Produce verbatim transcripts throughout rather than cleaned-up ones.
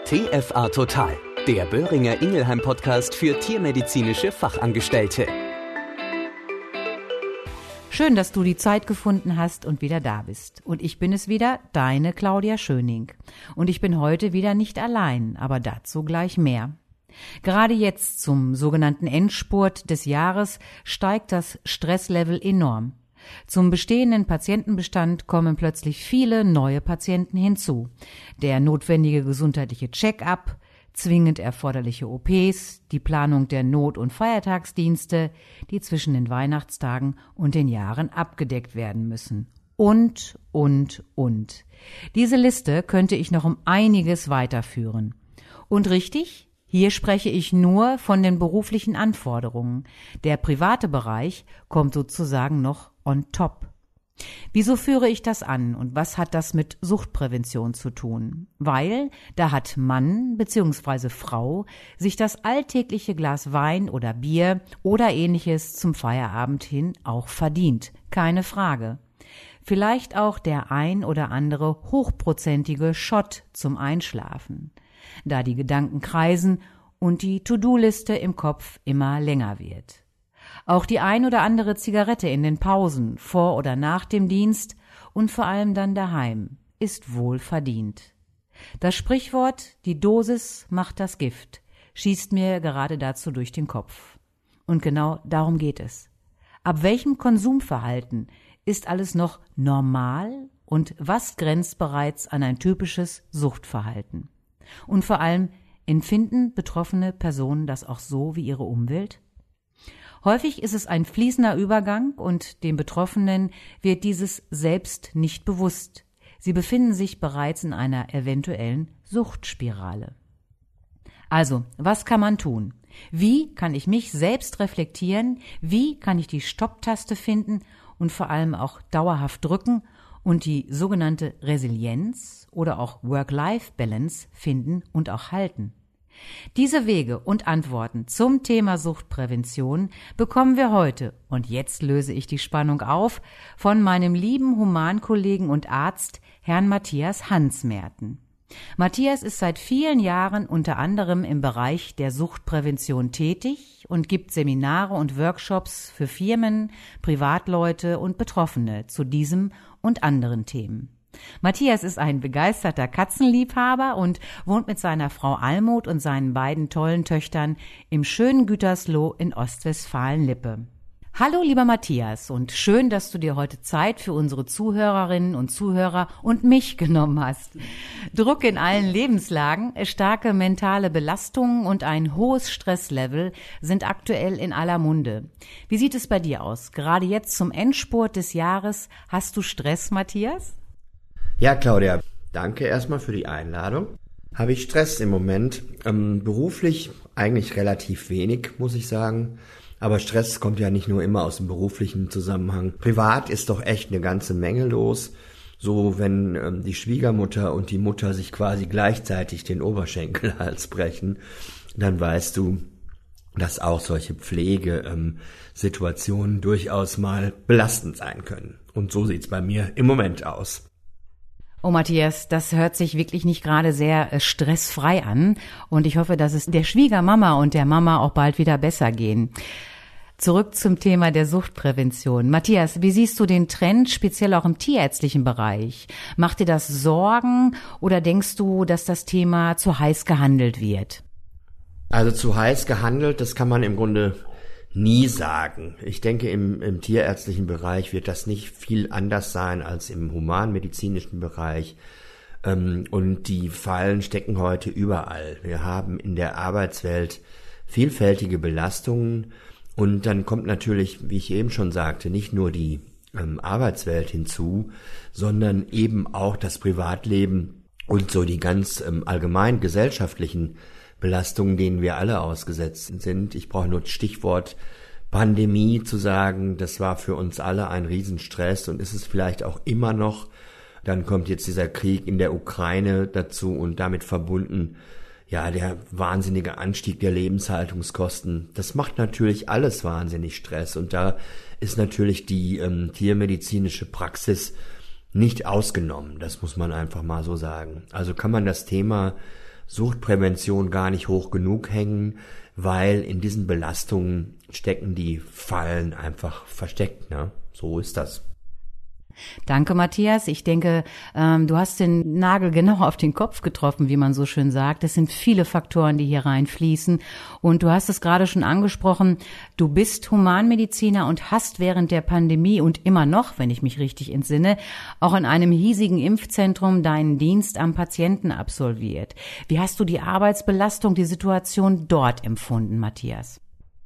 T F A Total, der Böhringer Ingelheim Podcast für tiermedizinische Fachangestellte. Schön, dass du die Zeit gefunden hast und wieder da bist. Und ich bin es wieder, deine Claudia Schöning. Und ich bin heute wieder nicht allein, aber dazu gleich mehr. Gerade jetzt zum sogenannten Endspurt des Jahres steigt das Stresslevel enorm. Zum bestehenden Patientenbestand kommen plötzlich viele neue Patienten hinzu. Der notwendige gesundheitliche Check-up, zwingend erforderliche O Ps, die Planung der Not- und Feiertagsdienste, die zwischen den Weihnachtstagen und den Jahren abgedeckt werden müssen. Und, und, und. Diese Liste könnte ich noch um einiges weiterführen. Und richtig? Hier spreche ich nur von den beruflichen Anforderungen. Der private Bereich kommt sozusagen noch on top. Wieso führe ich das an und was hat das mit Suchtprävention zu tun? Weil da hat Mann bzw. Frau sich das alltägliche Glas Wein oder Bier oder ähnliches zum Feierabend hin auch verdient. Keine Frage. Vielleicht auch der ein oder andere hochprozentige Shot zum Einschlafen, da die Gedanken kreisen und die To-Do-Liste im Kopf immer länger wird. Auch die ein oder andere Zigarette in den Pausen, vor oder nach dem Dienst und vor allem dann daheim, ist wohl verdient. Das Sprichwort, die Dosis macht das Gift, schießt mir gerade dazu durch den Kopf. Und genau darum geht es. Ab welchem Konsumverhalten ist alles noch normal und was grenzt bereits an ein typisches Suchtverhalten? Und vor allem, empfinden betroffene Personen das auch so wie ihre Umwelt? Häufig ist es ein fließender Übergang und dem Betroffenen wird dieses selbst nicht bewusst. Sie befinden sich bereits in einer eventuellen Suchtspirale. Also, was kann man tun? Wie kann ich mich selbst reflektieren? Wie kann ich die Stopptaste finden und vor allem auch dauerhaft drücken und die sogenannte Resilienz oder auch Work-Life-Balance finden und auch halten? Diese Wege und Antworten zum Thema Suchtprävention bekommen wir heute, und jetzt löse ich die Spannung auf, von meinem lieben Humankollegen und Arzt, Herrn Matthias Hansmerten. Matthias ist seit vielen Jahren unter anderem im Bereich der Suchtprävention tätig und gibt Seminare und Workshops für Firmen, Privatleute und Betroffene zu diesem und anderen Themen. Matthias ist ein begeisterter Katzenliebhaber und wohnt mit seiner Frau Almut und seinen beiden tollen Töchtern im schönen Gütersloh in Ostwestfalen-Lippe. Hallo lieber Matthias und schön, dass du dir heute Zeit für unsere Zuhörerinnen und Zuhörer und mich genommen hast. Druck in allen Lebenslagen, starke mentale Belastungen und ein hohes Stresslevel sind aktuell in aller Munde. Wie sieht es bei dir aus? Gerade jetzt zum Endspurt des Jahres, hast du Stress, Matthias? Ja, Claudia, danke erstmal für die Einladung. Habe ich Stress im Moment? Ähm, beruflich eigentlich relativ wenig, muss ich sagen. Aber Stress kommt ja nicht nur immer aus dem beruflichen Zusammenhang. Privat ist doch echt eine ganze Menge los. So, wenn ähm, die Schwiegermutter und die Mutter sich quasi gleichzeitig den Oberschenkelhals brechen, dann weißt du, dass auch solche Pflegesituationen ähm, durchaus mal belastend sein können. Und so sieht's bei mir im Moment aus. Oh Matthias, das hört sich wirklich nicht gerade sehr äh, stressfrei an und ich hoffe, dass es der Schwiegermama und der Mama auch bald wieder besser gehen. Zurück zum Thema der Suchtprävention. Matthias, wie siehst du den Trend, speziell auch im tierärztlichen Bereich? Macht dir das Sorgen oder denkst du, dass das Thema zu heiß gehandelt wird? Also zu heiß gehandelt, das kann man im Grunde nie sagen. Ich denke, im, im tierärztlichen Bereich wird das nicht viel anders sein als im humanmedizinischen Bereich. Ähm, und die Fallen stecken heute überall. Wir haben in der Arbeitswelt vielfältige Belastungen. Und dann kommt natürlich, wie ich eben schon sagte, nicht nur die ähm, Arbeitswelt hinzu, sondern eben auch das Privatleben und so die ganz ähm, allgemein gesellschaftlichen Belastungen, denen wir alle ausgesetzt sind. Ich brauche nur das Stichwort Pandemie zu sagen, das war für uns alle ein Riesenstress und ist es vielleicht auch immer noch. Dann kommt jetzt dieser Krieg in der Ukraine dazu und damit verbunden, ja, der wahnsinnige Anstieg der Lebenshaltungskosten. Das macht natürlich alles wahnsinnig Stress und da ist natürlich die ähm, tiermedizinische Praxis nicht ausgenommen. Das muss man einfach mal so sagen. Also kann man das Thema Suchtprävention gar nicht hoch genug hängen, weil in diesen Belastungen stecken die Fallen einfach versteckt, ne? So ist das. Danke, Matthias. Ich denke, ähm, du hast den Nagel genau auf den Kopf getroffen, wie man so schön sagt. Es sind viele Faktoren, die hier reinfließen. Und du hast es gerade schon angesprochen, du bist Humanmediziner und hast während der Pandemie und immer noch, wenn ich mich richtig entsinne, auch in einem hiesigen Impfzentrum deinen Dienst am Patienten absolviert. Wie hast du die Arbeitsbelastung, die Situation dort empfunden, Matthias?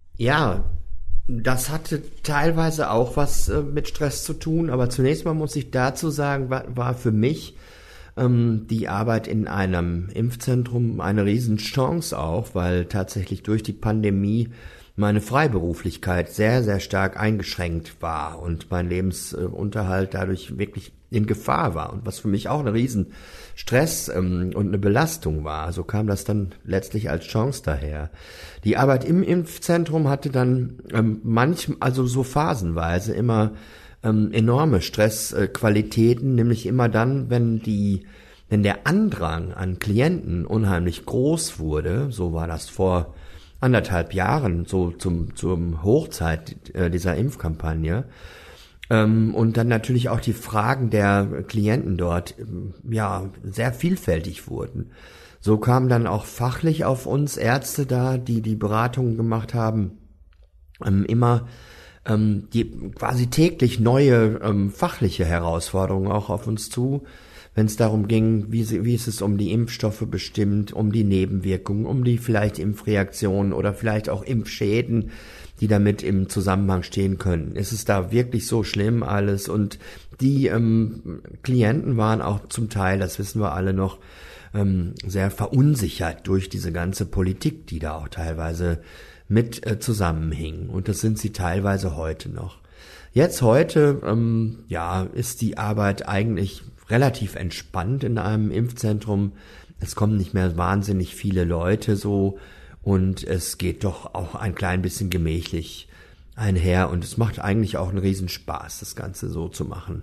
Ja, das hatte teilweise auch was äh, mit Stress zu tun, aber zunächst mal muss ich dazu sagen, war, war für mich ähm, die Arbeit in einem Impfzentrum eine Riesenchance auch, weil tatsächlich durch die Pandemie meine Freiberuflichkeit sehr, sehr stark eingeschränkt war und mein Lebensunterhalt dadurch wirklich in Gefahr war und was für mich auch ein Riesenstress ähm, und eine Belastung war. So kam das dann letztlich als Chance daher. Die Arbeit im Impfzentrum hatte dann ähm, manchmal, also so phasenweise immer ähm, enorme Stressqualitäten, nämlich immer dann, wenn die, wenn der Andrang an Klienten unheimlich groß wurde, so war das vor anderthalb Jahren, so zum, zum Hochzeit äh, dieser Impfkampagne, Ähm, und dann natürlich auch die Fragen der Klienten dort, ja, sehr vielfältig wurden. So kamen dann auch fachlich auf uns Ärzte da, die die Beratungen gemacht haben, ähm, immer ähm, die quasi täglich neue ähm, fachliche Herausforderungen auch auf uns zu, wenn es darum ging, wie, sie, wie ist es um die Impfstoffe bestimmt, um die Nebenwirkungen, um die vielleicht Impfreaktionen oder vielleicht auch Impfschäden, die damit im Zusammenhang stehen können. Ist es da wirklich so schlimm alles? Und die ähm, Klienten waren auch zum Teil, das wissen wir alle noch, ähm, sehr verunsichert durch diese ganze Politik, die da auch teilweise mit äh, zusammenhing. Und das sind sie teilweise heute noch. Jetzt heute, ähm, ja, ist die Arbeit eigentlich relativ entspannt in einem Impfzentrum. Es kommen nicht mehr wahnsinnig viele Leute so. Und es geht doch auch ein klein bisschen gemächlich einher. Und es macht eigentlich auch einen Riesenspaß, das Ganze so zu machen.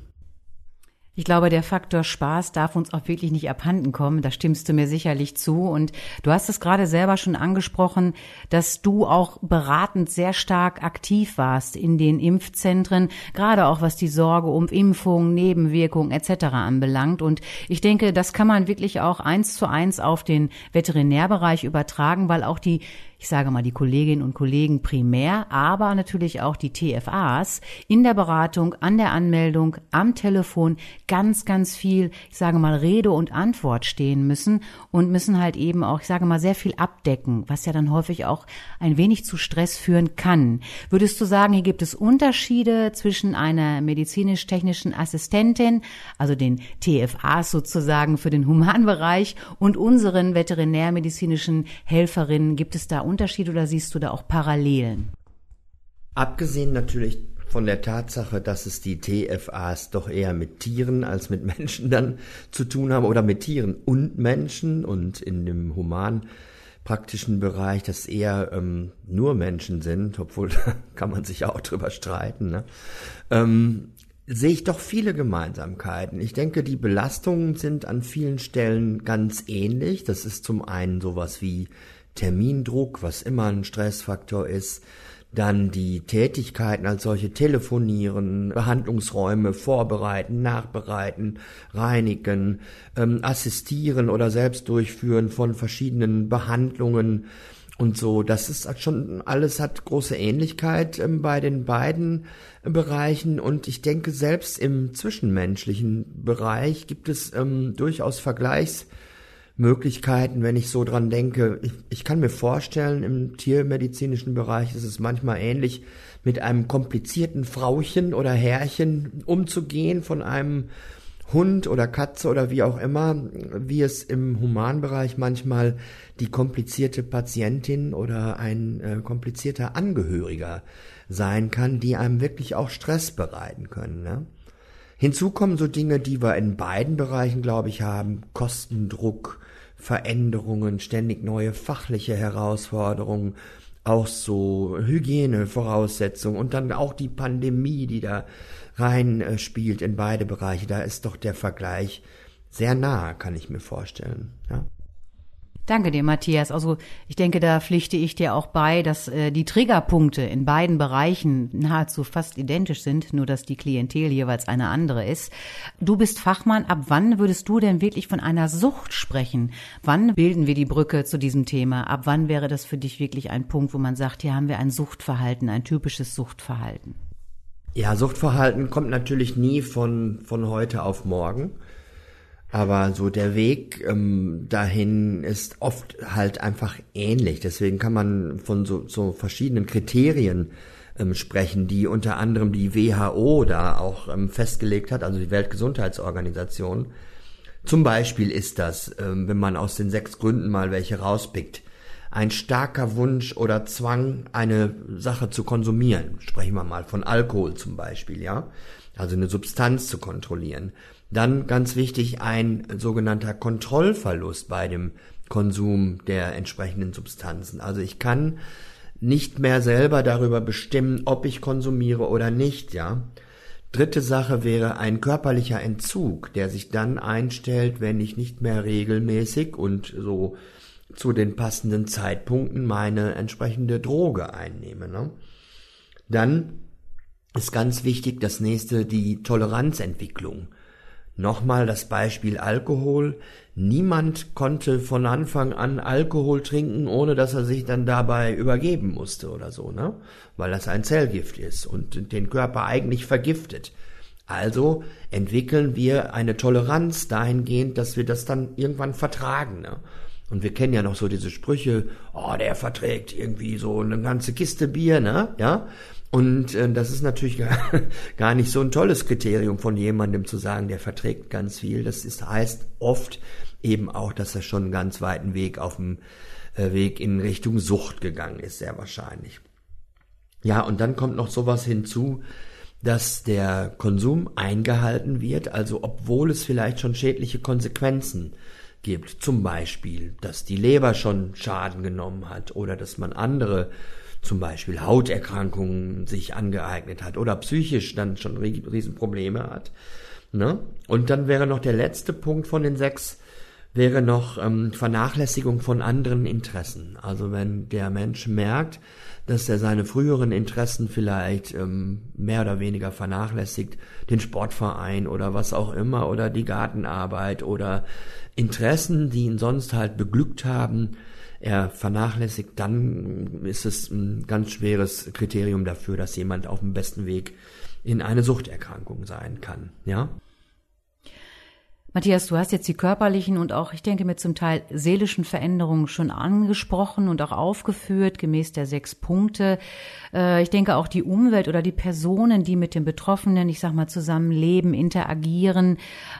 Ich glaube, der Faktor Spaß darf uns auch wirklich nicht abhanden kommen. Da stimmst du mir sicherlich zu. Und du hast es gerade selber schon angesprochen, dass du auch beratend sehr stark aktiv warst in den Impfzentren, gerade auch was die Sorge um Impfungen, Nebenwirkungen et cetera anbelangt. Und ich denke, das kann man wirklich auch eins zu eins auf den Veterinärbereich übertragen, weil auch die ich sage mal die Kolleginnen und Kollegen primär, aber natürlich auch die T F As in der Beratung, an der Anmeldung, am Telefon ganz, ganz viel, ich sage mal, Rede und Antwort stehen müssen und müssen halt eben auch, ich sage mal, sehr viel abdecken, was ja dann häufig auch ein wenig zu Stress führen kann. Würdest du sagen, hier gibt es Unterschiede zwischen einer medizinisch-technischen Assistentin, also den T F As sozusagen für den Humanbereich und unseren veterinärmedizinischen Helferinnen? Gibt es da Unterschiede oder siehst du da auch Parallelen? Abgesehen natürlich von der Tatsache, dass es die T F As doch eher mit Tieren als mit Menschen dann zu tun haben oder mit Tieren und Menschen und in dem humanpraktischen Bereich, dass eher ähm, nur Menschen sind, obwohl da kann man sich auch drüber streiten, ne? ähm, sehe ich doch viele Gemeinsamkeiten. Ich denke, die Belastungen sind an vielen Stellen ganz ähnlich. Das ist zum einen sowas wie Termindruck, was immer ein Stressfaktor ist, dann die Tätigkeiten als solche, telefonieren, Behandlungsräume vorbereiten, nachbereiten, reinigen, ähm, assistieren oder selbst durchführen von verschiedenen Behandlungen und so. Das ist schon, alles hat große Ähnlichkeit ähm, bei den beiden äh, Bereichen und ich denke, selbst im zwischenmenschlichen Bereich gibt es ähm, durchaus Vergleichs Möglichkeiten, wenn ich so dran denke. Ich, ich kann mir vorstellen, im tiermedizinischen Bereich ist es manchmal ähnlich, mit einem komplizierten Frauchen oder Herrchen umzugehen, von einem Hund oder Katze oder wie auch immer, wie es im Humanbereich manchmal die komplizierte Patientin oder ein äh, komplizierter Angehöriger sein kann, die einem wirklich auch Stress bereiten können, ne? Hinzu kommen so Dinge, die wir in beiden Bereichen, glaube ich, haben. Kostendruck, Veränderungen, ständig neue fachliche Herausforderungen, auch so Hygienevoraussetzungen und dann auch die Pandemie, die da rein äh, spielt in beide Bereiche. Da ist doch der Vergleich sehr nah, kann ich mir vorstellen, ja. Danke dir, Matthias. Also ich denke, da pflichte ich dir auch bei, dass äh, die Triggerpunkte in beiden Bereichen nahezu fast identisch sind, nur dass die Klientel jeweils eine andere ist. Du bist Fachmann. Ab wann würdest du denn wirklich von einer Sucht sprechen? Wann bilden wir die Brücke zu diesem Thema? Ab wann wäre das für dich wirklich ein Punkt, wo man sagt, hier haben wir ein Suchtverhalten, ein typisches Suchtverhalten? Ja, Suchtverhalten kommt natürlich nie von, von heute auf morgen. Aber so der Weg ähm, dahin ist oft halt einfach ähnlich. Deswegen kann man von so, so verschiedenen Kriterien ähm, sprechen, die unter anderem die W H O da auch ähm, festgelegt hat, also die Weltgesundheitsorganisation. Zum Beispiel ist das, ähm, wenn man aus den sechs Gründen mal welche rauspickt, ein starker Wunsch oder Zwang, eine Sache zu konsumieren. Sprechen wir mal von Alkohol zum Beispiel, ja, also eine Substanz zu kontrollieren. Dann ganz wichtig, ein sogenannter Kontrollverlust bei dem Konsum der entsprechenden Substanzen. Also ich kann nicht mehr selber darüber bestimmen, ob ich konsumiere oder nicht, ja. Dritte Sache wäre ein körperlicher Entzug, der sich dann einstellt, wenn ich nicht mehr regelmäßig und so zu den passenden Zeitpunkten meine entsprechende Droge einnehme, ne? Dann ist ganz wichtig das nächste, die Toleranzentwicklung. Nochmal das Beispiel Alkohol. Niemand konnte von Anfang an Alkohol trinken, ohne dass er sich dann dabei übergeben musste oder so, ne? Weil das ein Zellgift ist und den Körper eigentlich vergiftet. Also entwickeln wir eine Toleranz dahingehend, dass wir das dann irgendwann vertragen, ne? Und wir kennen ja noch so diese Sprüche, oh, der verträgt irgendwie so eine ganze Kiste Bier, ne? Ja? Und äh, das ist natürlich gar, gar nicht so ein tolles Kriterium von jemandem zu sagen, der verträgt ganz viel. Das ist, heißt oft eben auch, dass er schon einen ganz weiten Weg auf dem äh, Weg in Richtung Sucht gegangen ist, sehr wahrscheinlich. Ja, und dann kommt noch sowas hinzu, dass der Konsum eingehalten wird, also obwohl es vielleicht schon schädliche Konsequenzen gibt. Zum Beispiel, dass die Leber schon Schaden genommen hat oder dass man andere zum Beispiel Hauterkrankungen sich angeeignet hat oder psychisch dann schon Riesenprobleme hat. Ne? Und dann wäre noch der letzte Punkt von den sechs, wäre noch ähm, Vernachlässigung von anderen Interessen. Also wenn der Mensch merkt, dass er seine früheren Interessen vielleicht ähm, mehr oder weniger vernachlässigt, den Sportverein oder was auch immer oder die Gartenarbeit oder Interessen, die ihn sonst halt beglückt haben, er vernachlässigt, dann ist es ein ganz schweres Kriterium dafür, dass jemand auf dem besten Weg in eine Suchterkrankung sein kann, ja. Matthias, du hast jetzt die körperlichen und auch, ich denke, mit zum Teil seelischen Veränderungen schon angesprochen und auch aufgeführt, gemäß der sechs Punkte. Ich denke auch die Umwelt oder die Personen, die mit den Betroffenen, ich sag mal, zusammenleben, interagieren,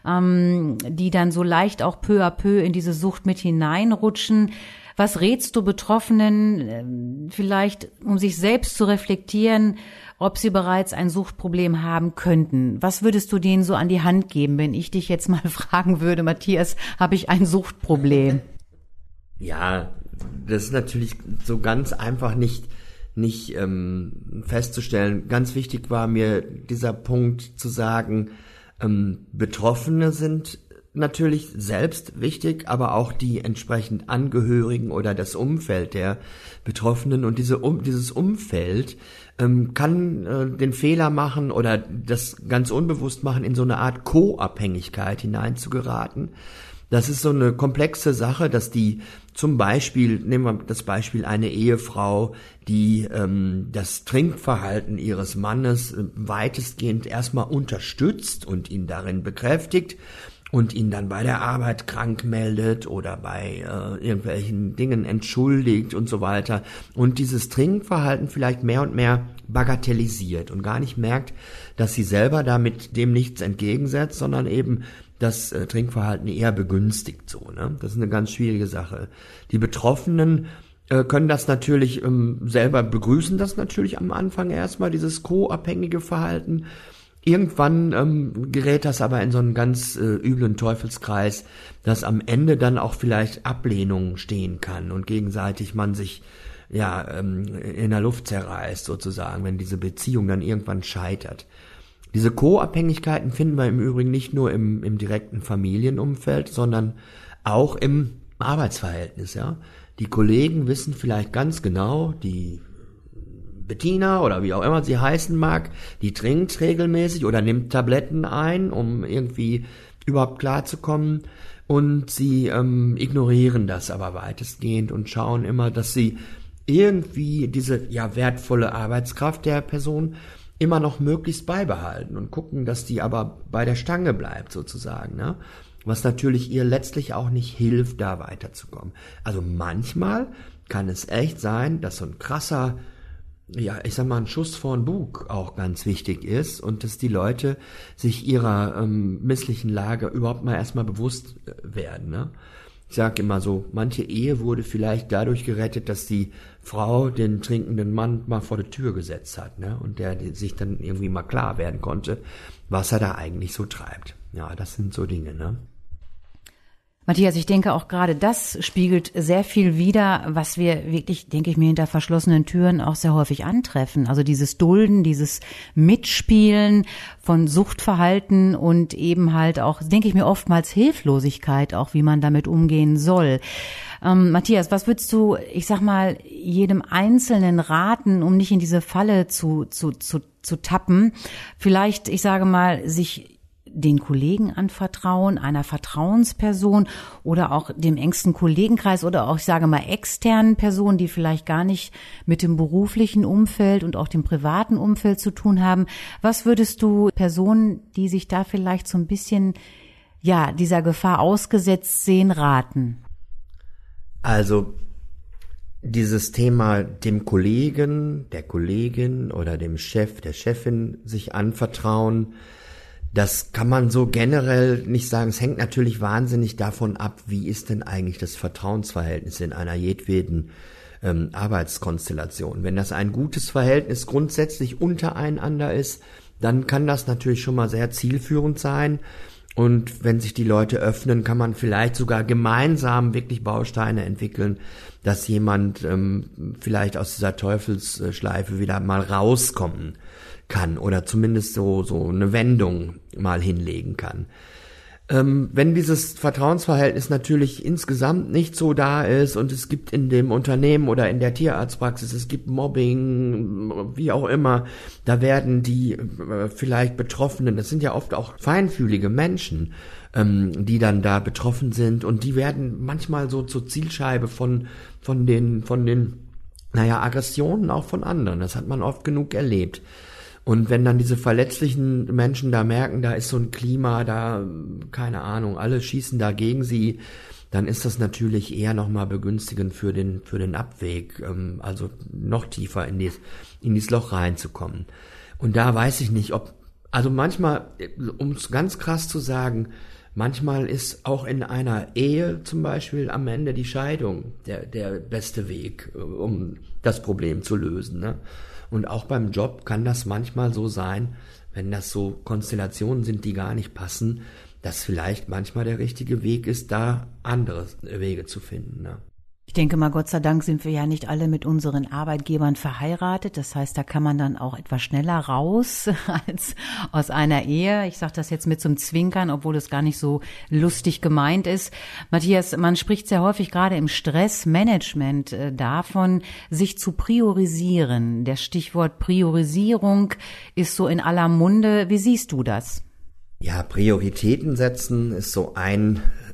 die dann so leicht auch peu à peu in diese Sucht mit hineinrutschen. Was rätst du Betroffenen, vielleicht um sich selbst zu reflektieren, ob sie bereits ein Suchtproblem haben könnten? Was würdest du denen so an die Hand geben, wenn ich dich jetzt mal fragen würde, Matthias, habe ich ein Suchtproblem? Ja, das ist natürlich so ganz einfach nicht, nicht ähm, festzustellen. Ganz wichtig war mir dieser Punkt zu sagen, ähm, Betroffene sind natürlich selbst wichtig, aber auch die entsprechend Angehörigen oder das Umfeld der Betroffenen. Und diese um, dieses Umfeld ähm, kann äh, den Fehler machen oder das ganz unbewusst machen, in so eine Art Co-Abhängigkeit hineinzugeraten. Das ist so eine komplexe Sache, dass die zum Beispiel, nehmen wir das Beispiel eine Ehefrau, die ähm, das Trinkverhalten ihres Mannes äh, weitestgehend erstmal unterstützt und ihn darin bekräftigt, und ihn dann bei der Arbeit krank meldet oder bei äh, irgendwelchen Dingen entschuldigt und so weiter und dieses Trinkverhalten vielleicht mehr und mehr bagatellisiert und gar nicht merkt, dass sie selber damit dem nichts entgegensetzt, sondern eben das äh, Trinkverhalten eher begünstigt so, ne? Das ist eine ganz schwierige Sache. Die Betroffenen äh, können das natürlich ähm, selber begrüßen, das natürlich am Anfang erstmal, dieses co-abhängige Verhalten. Irgendwann ähm, gerät das aber in so einen ganz äh, üblen Teufelskreis, dass am Ende dann auch vielleicht Ablehnung stehen kann und gegenseitig man sich ja ähm, in der Luft zerreißt sozusagen, wenn diese Beziehung dann irgendwann scheitert. Diese Co-Abhängigkeiten finden wir im Übrigen nicht nur im, im direkten Familienumfeld, sondern auch im Arbeitsverhältnis, ja. Die Kollegen wissen vielleicht ganz genau, die Bettina oder wie auch immer sie heißen mag, die trinkt regelmäßig oder nimmt Tabletten ein, um irgendwie überhaupt klarzukommen. Und sie ähm, ignorieren das aber weitestgehend und schauen immer, dass sie irgendwie diese ja wertvolle Arbeitskraft der Person immer noch möglichst beibehalten und gucken, dass die aber bei der Stange bleibt sozusagen, ne? Was natürlich ihr letztlich auch nicht hilft, da weiterzukommen. Also manchmal kann es echt sein, dass so ein krasser, ja, ich sag mal, ein Schuss vor den Bug auch ganz wichtig ist und dass die Leute sich ihrer ähm, misslichen Lage überhaupt mal erstmal bewusst werden, ne? Ich sag immer so, manche Ehe wurde vielleicht dadurch gerettet, dass die Frau den trinkenden Mann mal vor die Tür gesetzt hat, ne? Und der sich dann irgendwie mal klar werden konnte, was er da eigentlich so treibt. Ja, das sind so Dinge, ne? Matthias, ich denke auch gerade das spiegelt sehr viel wider, was wir wirklich, denke ich mir, hinter verschlossenen Türen auch sehr häufig antreffen. Also dieses Dulden, dieses Mitspielen von Suchtverhalten und eben halt auch, denke ich mir, oftmals Hilflosigkeit, auch wie man damit umgehen soll. Ähm, Matthias, was würdest du, ich sag mal, jedem Einzelnen raten, um nicht in diese Falle zu, zu, zu, zu tappen? Vielleicht, ich sage mal, sich den Kollegen anvertrauen, einer Vertrauensperson oder auch dem engsten Kollegenkreis oder auch, ich sage mal, externen Personen, die vielleicht gar nicht mit dem beruflichen Umfeld und auch dem privaten Umfeld zu tun haben. Was würdest du Personen, die sich da vielleicht so ein bisschen, ja, dieser Gefahr ausgesetzt sehen, raten? Also, dieses Thema dem Kollegen, der Kollegin oder dem Chef, der Chefin sich anvertrauen, das kann man so generell nicht sagen. Es hängt natürlich wahnsinnig davon ab, wie ist denn eigentlich das Vertrauensverhältnis in einer jedweden ähm, Arbeitskonstellation. Wenn das ein gutes Verhältnis grundsätzlich untereinander ist, dann kann das natürlich schon mal sehr zielführend sein. Und wenn sich die Leute öffnen, kann man vielleicht sogar gemeinsam wirklich Bausteine entwickeln, dass jemand ähm, vielleicht aus dieser Teufelsschleife wieder mal rauskommen kann oder zumindest so so eine Wendung mal hinlegen kann. Ähm, wenn dieses Vertrauensverhältnis natürlich insgesamt nicht so da ist und es gibt in dem Unternehmen oder in der Tierarztpraxis, es gibt Mobbing, wie auch immer, da werden die äh, vielleicht Betroffenen, das sind ja oft auch feinfühlige Menschen, ähm, die dann da betroffen sind und die werden manchmal so zur Zielscheibe von von den von den naja Aggressionen auch von anderen. Das hat man oft genug erlebt. Und wenn dann diese verletzlichen Menschen da merken, da ist so ein Klima, da, keine Ahnung, alle schießen da gegen sie, dann ist das natürlich eher nochmal begünstigend für den, für den Abweg, ähm, also noch tiefer in dieses, in dieses Loch reinzukommen. Und da weiß ich nicht, ob, also manchmal, um es ganz krass zu sagen, manchmal ist auch in einer Ehe zum Beispiel am Ende die Scheidung der, der beste Weg, um das Problem zu lösen, ne? Und auch beim Job kann das manchmal so sein, wenn das so Konstellationen sind, die gar nicht passen, dass vielleicht manchmal der richtige Weg ist, da andere Wege zu finden, ne? Ich denke mal, Gott sei Dank sind wir ja nicht alle mit unseren Arbeitgebern verheiratet. Das heißt, da kann man dann auch etwas schneller raus als aus einer Ehe. Ich sage das jetzt mit zum Zwinkern, obwohl es gar nicht so lustig gemeint ist. Matthias, man spricht sehr häufig gerade im Stressmanagement äh, davon, sich zu priorisieren. Das Stichwort Priorisierung ist so in aller Munde. Wie siehst du das? Ja, Prioritäten setzen ist so ein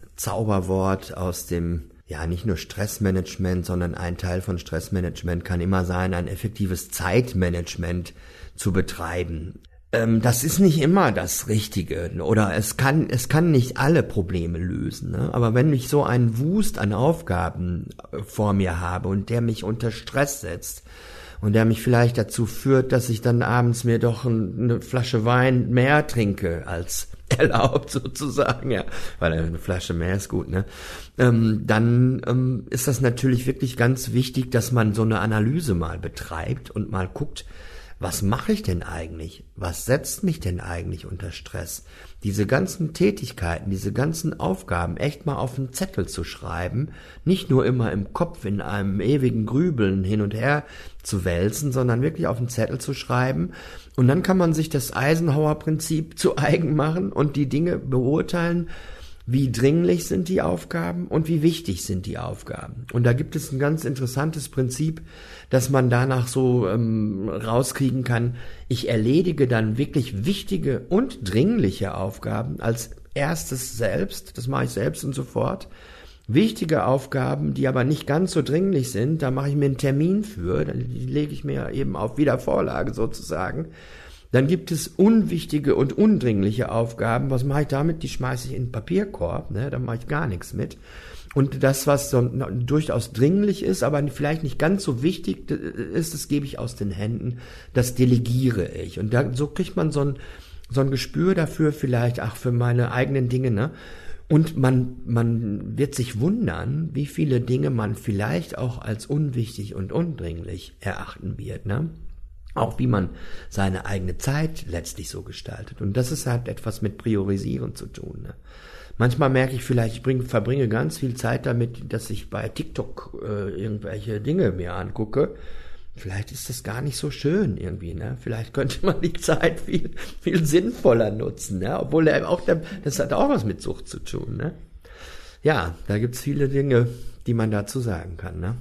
Zauberwort aus dem ja, nicht nur Stressmanagement, sondern ein Teil von Stressmanagement kann immer sein, ein effektives Zeitmanagement zu betreiben. Ähm, das ist nicht immer das Richtige, oder es kann, es kann nicht alle Probleme lösen, ne? Aber wenn ich so einen Wust an Aufgaben vor mir habe und der mich unter Stress setzt und der mich vielleicht dazu führt, dass ich dann abends mir doch eine Flasche Wein mehr trinke als erlaubt sozusagen, ja, weil eine Flasche mehr ist gut, ne? Ähm, dann ähm, ist das natürlich wirklich ganz wichtig, dass man so eine Analyse mal betreibt und mal guckt, was mache ich denn eigentlich? Was setzt mich denn eigentlich unter Stress? Diese ganzen Tätigkeiten, diese ganzen Aufgaben echt mal auf einen Zettel zu schreiben, nicht nur immer im Kopf in einem ewigen Grübeln hin und her zu wälzen, sondern wirklich auf einen Zettel zu schreiben. Und dann kann man sich das Eisenhower-Prinzip zu eigen machen und die Dinge beurteilen, Wie dringlich sind die Aufgaben und wie wichtig sind die Aufgaben? Und da gibt es ein ganz interessantes Prinzip, dass man danach so ähm, rauskriegen kann, ich erledige dann wirklich wichtige und dringliche Aufgaben als erstes selbst, das mache ich selbst und sofort. Wichtige Aufgaben, die aber nicht ganz so dringlich sind, da mache ich mir einen Termin für, die lege ich mir eben auf Wiedervorlage sozusagen. Dann gibt es unwichtige und undringliche Aufgaben. Was mache ich damit? Die schmeiße ich in den Papierkorb, ne? Da mache ich gar nichts mit. Und das, was so durchaus dringlich ist, aber vielleicht nicht ganz so wichtig ist, das gebe ich aus den Händen. Das delegiere ich. Und da, so kriegt man so ein, so ein Gespür dafür vielleicht, ach, für meine eigenen Dinge, ne? Und man, man wird sich wundern, wie viele Dinge man vielleicht auch als unwichtig und undringlich erachten wird, ne? Auch wie man seine eigene Zeit letztlich so gestaltet. Und das ist halt etwas mit Priorisieren zu tun. Ne? Manchmal merke ich vielleicht, ich bring, verbringe ganz viel Zeit damit, dass ich bei TikTok äh, irgendwelche Dinge mir angucke. Vielleicht ist das gar nicht so schön irgendwie. Ne? Vielleicht könnte man die Zeit viel, viel sinnvoller nutzen. Ne? Obwohl der auch der, das hat auch was mit Sucht zu tun. Ne? Ja, da gibt's viele Dinge, die man dazu sagen kann. Ne?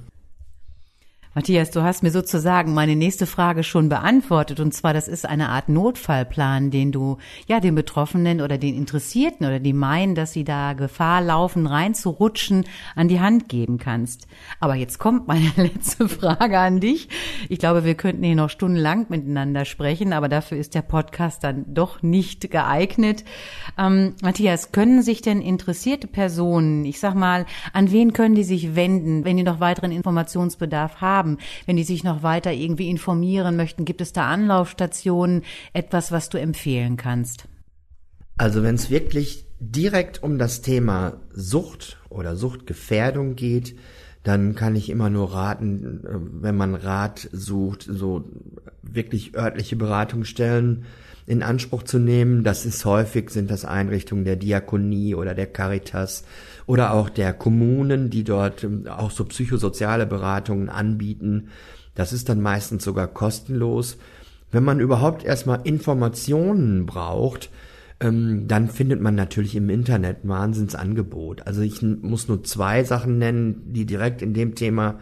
Matthias, du hast mir sozusagen meine nächste Frage schon beantwortet, und zwar, das ist eine Art Notfallplan, den du ja den Betroffenen oder den Interessierten oder die meinen, dass sie da Gefahr laufen, reinzurutschen, an die Hand geben kannst. Aber jetzt kommt meine letzte Frage an dich. Ich glaube, wir könnten hier noch stundenlang miteinander sprechen, aber dafür ist der Podcast dann doch nicht geeignet. Ähm, Matthias, können sich denn interessierte Personen, ich sag mal, an wen können die sich wenden, wenn die noch weiteren Informationsbedarf haben? Wenn die sich noch weiter irgendwie informieren möchten, gibt es da Anlaufstationen, etwas, was du empfehlen kannst? Also wenn es wirklich direkt um das Thema Sucht oder Suchtgefährdung geht, dann kann ich immer nur raten, wenn man Rat sucht, so wirklich örtliche Beratungsstellen in Anspruch zu nehmen. Das ist häufig, sind das Einrichtungen der Diakonie oder der Caritas oder auch der Kommunen, die dort auch so psychosoziale Beratungen anbieten. Das ist dann meistens sogar kostenlos. Wenn man überhaupt erstmal Informationen braucht, ähm, dann findet man natürlich im Internet ein Wahnsinnsangebot. Also ich muss nur zwei Sachen nennen, die direkt in dem Thema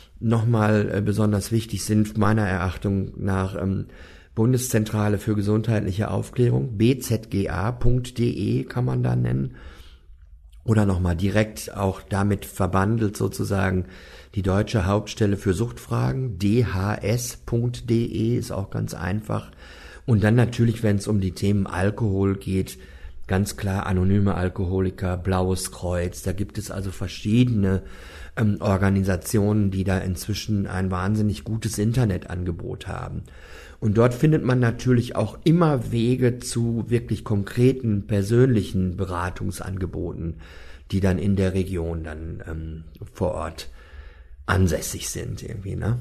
nochmal äh, besonders wichtig sind, meiner Erachtung nach. ähm, Bundeszentrale für gesundheitliche Aufklärung, b z g a punkt d e kann man da nennen. Oder nochmal direkt auch damit verbandelt sozusagen die Deutsche Hauptstelle für Suchtfragen, d h s punkt d e ist auch ganz einfach. Und dann natürlich, wenn es um die Themen Alkohol geht, ganz klar Anonyme Alkoholiker, Blaues Kreuz, da gibt es also verschiedene ähm, Organisationen, die da inzwischen ein wahnsinnig gutes Internetangebot haben. Und dort findet man natürlich auch immer Wege zu wirklich konkreten, persönlichen Beratungsangeboten, die dann in der Region dann ähm, vor Ort ansässig sind irgendwie, ne?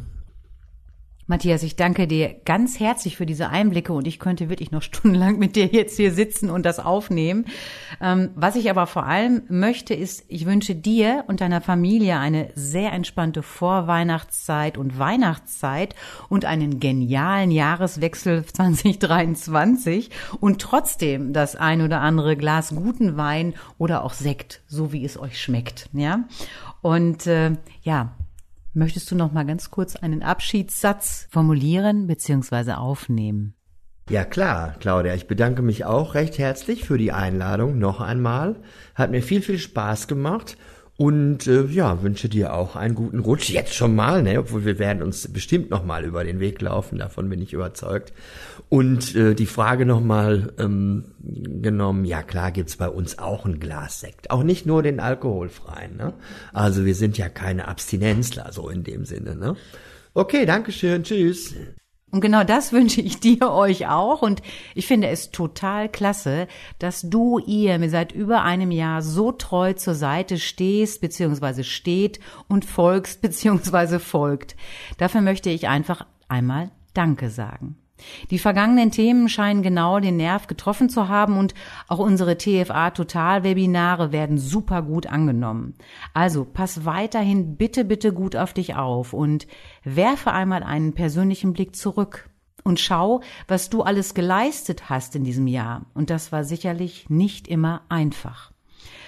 Matthias, ich danke dir ganz herzlich für diese Einblicke, und ich könnte wirklich noch stundenlang mit dir jetzt hier sitzen und das aufnehmen. Ähm, was ich aber vor allem möchte, ist, ich wünsche dir und deiner Familie eine sehr entspannte Vorweihnachtszeit und Weihnachtszeit und einen genialen Jahreswechsel zwanzig dreiundzwanzig und trotzdem das ein oder andere Glas guten Wein oder auch Sekt, so wie es euch schmeckt, ja? Und äh, ja, möchtest du noch mal ganz kurz einen Abschiedssatz formulieren bzw. aufnehmen? Ja klar, Claudia, ich bedanke mich auch recht herzlich für die Einladung noch einmal. Hat mir viel, viel Spaß gemacht und äh, ja, wünsche dir auch einen guten Rutsch. Jetzt schon mal, ne, obwohl wir werden uns bestimmt noch mal über den Weg laufen, davon bin ich überzeugt. Und äh, die Frage noch mal ähm, genommen, ja klar gibt's bei uns auch ein Glas Sekt, auch nicht nur den alkoholfreien, ne? Also wir sind ja keine Abstinenzler, so in dem Sinne, ne? Okay, dankeschön, tschüss. Und genau das wünsche ich dir, euch auch. Und ich finde es total klasse, dass du ihr mir seit über einem Jahr so treu zur Seite stehst, beziehungsweise steht und folgst, beziehungsweise folgt. Dafür möchte ich einfach einmal Danke sagen. Die vergangenen Themen scheinen genau den Nerv getroffen zu haben, und auch unsere T F A-Total-Webinare werden super gut angenommen. Also pass weiterhin bitte, bitte gut auf dich auf und werfe einmal einen persönlichen Blick zurück und schau, was du alles geleistet hast in diesem Jahr. Und das war sicherlich nicht immer einfach.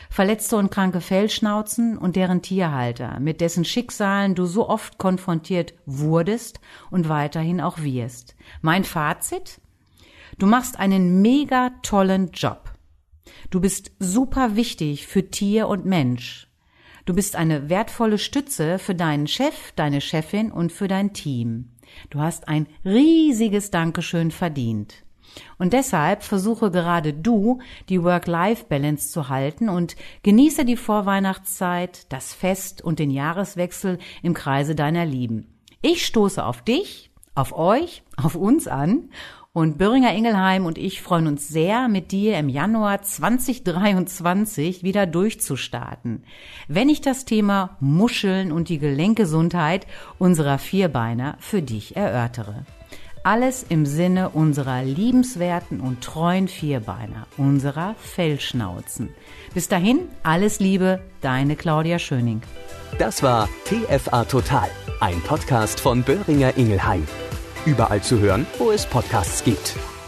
Verletzte und kranke Fellschnauzen und deren Tierhalter, mit dessen Schicksalen du so oft konfrontiert wurdest und weiterhin auch wirst. Mein Fazit? Du machst einen mega tollen Job. Du bist super wichtig für Tier und Mensch. Du bist eine wertvolle Stütze für deinen Chef, deine Chefin und für dein Team. Du hast ein riesiges Dankeschön verdient. Und deshalb versuche gerade du, die Work-Life-Balance zu halten und genieße die Vorweihnachtszeit, das Fest und den Jahreswechsel im Kreise deiner Lieben. Ich stoße auf dich, auf euch, auf uns an. Und Böhringer Ingelheim und ich freuen uns sehr, mit dir im Januar zwanzig dreiundzwanzig wieder durchzustarten, wenn ich das Thema Muscheln und die Gelenkgesundheit unserer Vierbeiner für dich erörtere. Alles im Sinne unserer liebenswerten und treuen Vierbeiner, unserer Fellschnauzen. Bis dahin, alles Liebe, deine Claudia Schöning. Das war T F A Total, ein Podcast von Böhringer Ingelheim. Überall zu hören, wo es Podcasts gibt.